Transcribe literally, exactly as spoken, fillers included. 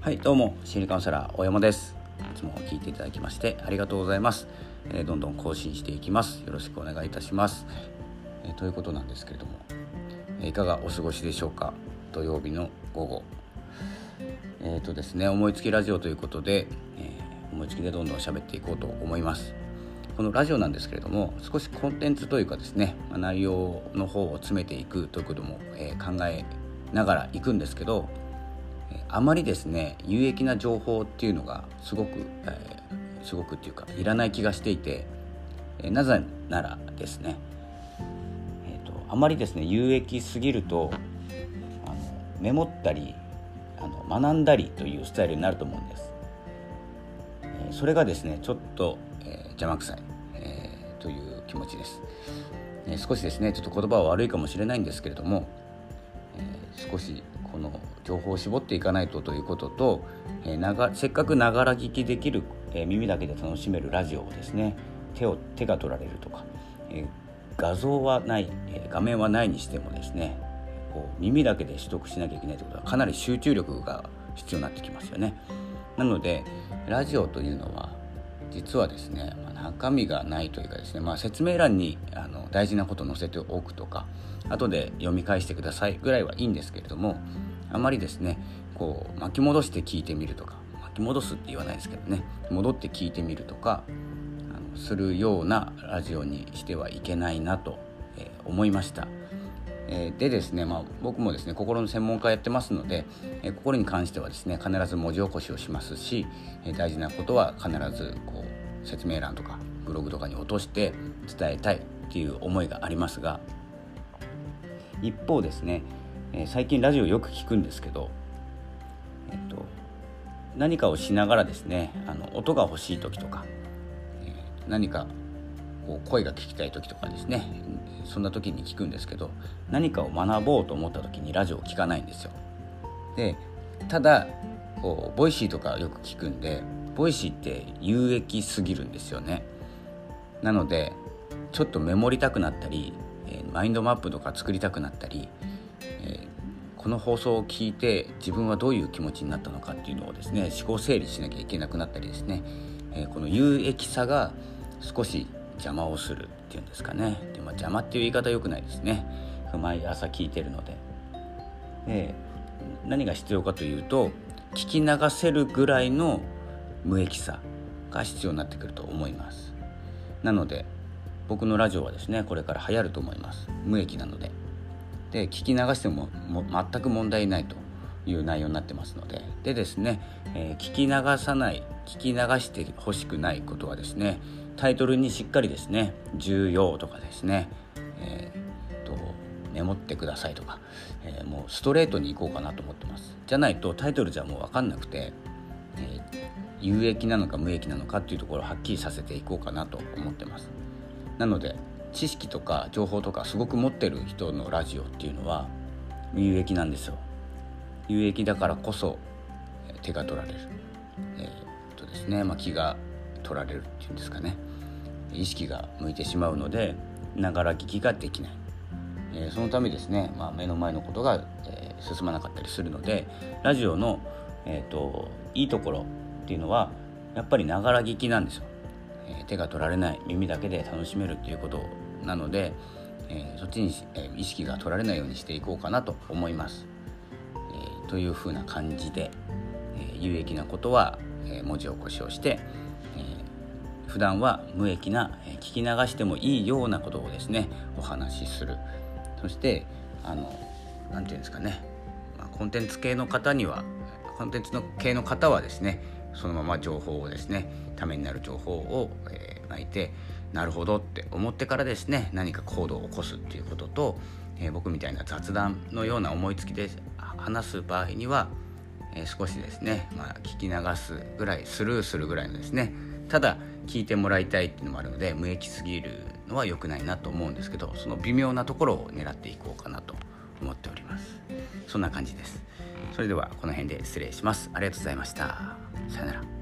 はい、どうも心理カウンセラー大山です。いつも聞いていただきましてありがとうございます。えー、どんどん更新していきます。よろしくお願いいたします。えー、ということなんですけれども、えー、いかがお過ごしでしょうか。土曜日の午後、えーとですね、思いつきラジオということで、えー、思いつきでどんどん喋っていこうと思います。このラジオなんですけれども、少しコンテンツというかですね、まあ、内容の方を詰めていくということも、えー、考えながらいくんですけど、あまりですね有益な情報っていうのがすごく、えー、すごくっていうかいらない気がしていて、えー、なぜならですね、えーと、あまりですね有益すぎるとあのメモったりあの学んだりというスタイルになると思うんです。えー、それがですねちょっと、えー、邪魔くさい、えー、という気持ちです。えー、少しですねちょっと言葉は悪いかもしれないんですけれども、えー、少しこの情報を絞っていかないとということと、えー、ながせっかくながら聞きできる、えー、耳だけで楽しめるラジオをですね手を手が取られるとか、えー、画像はない、えー、画面はないにしてもですねこう耳だけで取得しなきゃいけないということはかなり集中力が必要になってきますよね。なのでラジオというのは実はですね、まあ、中身がないというかですね、まあ、説明欄にあの大事なことを載せておくとか後で読み返してくださいぐらいはいいんですけれども、あまりですねこう巻き戻して聞いてみるとか、巻き戻すって言わないですけどね、戻って聞いてみるとかあのするようなラジオにしてはいけないなと、えー、思いました。えー、でですね、まあ、僕もですね心の専門家やってますので、えー、心に関してはですね必ず文字起こしをしますし、えー、大事なことは必ずこう説明欄とかブログとかに落として伝えたいっていう思いがありますが、一方ですね、えー、最近ラジオよく聞くんですけど、えっと、何かをしながらですねあの音が欲しい時とか、えー、何かこう声が聞きたい時とかですね、そんな時に聞くんですけど、何かを学ぼうと思った時にラジオを聞かないんですよ。でただこうボイシーとかよく聞くんで、ボイシーって有益すぎるんですよね。なのでちょっとメモりたくなったり、えー、マインドマップとか作りたくなったり、えー、この放送を聞いて自分はどういう気持ちになったのかっていうのをですね思考整理しなきゃいけなくなったりですね、えー、この有益さが少し邪魔をするっていうんですかね。で、まあ、邪魔っていう言い方良くないですね。毎朝聞いてるので、で何が必要かというと聞き流せるぐらいの無益さが必要になってくると思います。なので僕のラジオはですねこれから流行ると思います。無益なので、で聞き流しても、も全く問題ないという内容になってますので、でですね、えー、聞き流さない聞き流してほしくないことはですねタイトルにしっかりですね重要とかですね、えー、とメモってくださいとか、えー、もうストレートに行こうかなと思ってます。じゃないとタイトルじゃもう分かんなくて、えー、有益なのか無益なのかっていうところをはっきりさせていこうかなと思ってます。なので知識とか情報とかすごく持ってる人のラジオっていうのは有益なんですよ。有益だからこそ手が取られる、えー、っとですね、まあ、気が取られるっていうんですかね、意識が向いてしまうのでながら聞きができない、えー、そのためですね、まあ、目の前のことが、えー、進まなかったりするので、ラジオの、えー、っといいところっていうのはやっぱりながら聞きなんですよ。えー、手が取られない、耳だけで楽しめるっていうことなので、えー、そっちに、えー、意識が取られないようにしていこうかなと思います。えー、というふうな感じで、えー、有益なことは、えー、文字起こしをして、えー、普段は無益な、えー、聞き流してもいいようなことをですねお話しする。そしてあのなんていうんですかね、まあ、コンテンツ系の方にはコンテンツの系の方はですねそのまま情報をですねためになる情報を、えー、巻いてなるほどって思ってからですね何か行動を起こすっていうことと、えー、僕みたいな雑談のような思いつきで話す場合には、えー、少しですね、まあ、聞き流すぐらいスルーするぐらいのですね、ただ聞いてもらいたいっていうのもあるので無益すぎるのは良くないなと思うんですけど、その微妙なところを狙っていこうかなと思っております。そんな感じです。それではこの辺で失礼します。ありがとうございました。さよなら。